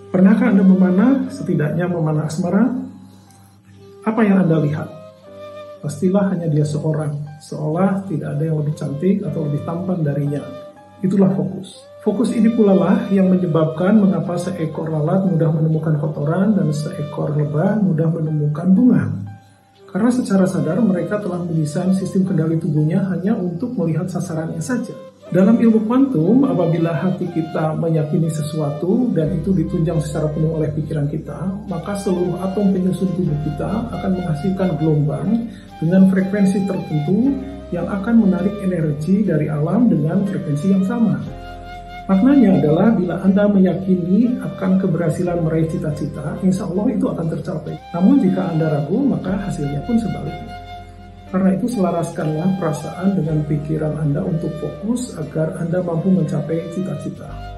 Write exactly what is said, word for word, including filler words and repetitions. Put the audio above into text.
Pernahkah Anda memanah, setidaknya memanah asmara? Apa yang Anda lihat? Pastilah hanya dia seorang, seolah tidak ada yang lebih cantik atau lebih tampan darinya. Itulah fokus. Fokus ini pula lah yang menyebabkan mengapa seekor lalat mudah menemukan kotoran dan seekor lebah mudah menemukan bunga. Karena secara sadar mereka telah mendesain sistem kendali tubuhnya hanya untuk melihat sasarannya saja. Dalam ilmu kuantum, apabila hati kita meyakini sesuatu dan itu ditunjang secara penuh oleh pikiran kita, maka seluruh atom penyusun tubuh kita akan menghasilkan gelombang dengan frekuensi tertentu yang akan menarik energi dari alam dengan frekuensi yang sama. Maknanya adalah bila Anda meyakini akan keberhasilan meraih cita-cita, insya Allah itu akan tercapai. Namun jika Anda ragu, maka hasilnya pun sebaliknya. Karena itu selaraskanlah perasaan dengan pikiran Anda untuk fokus agar Anda mampu mencapai cita-cita.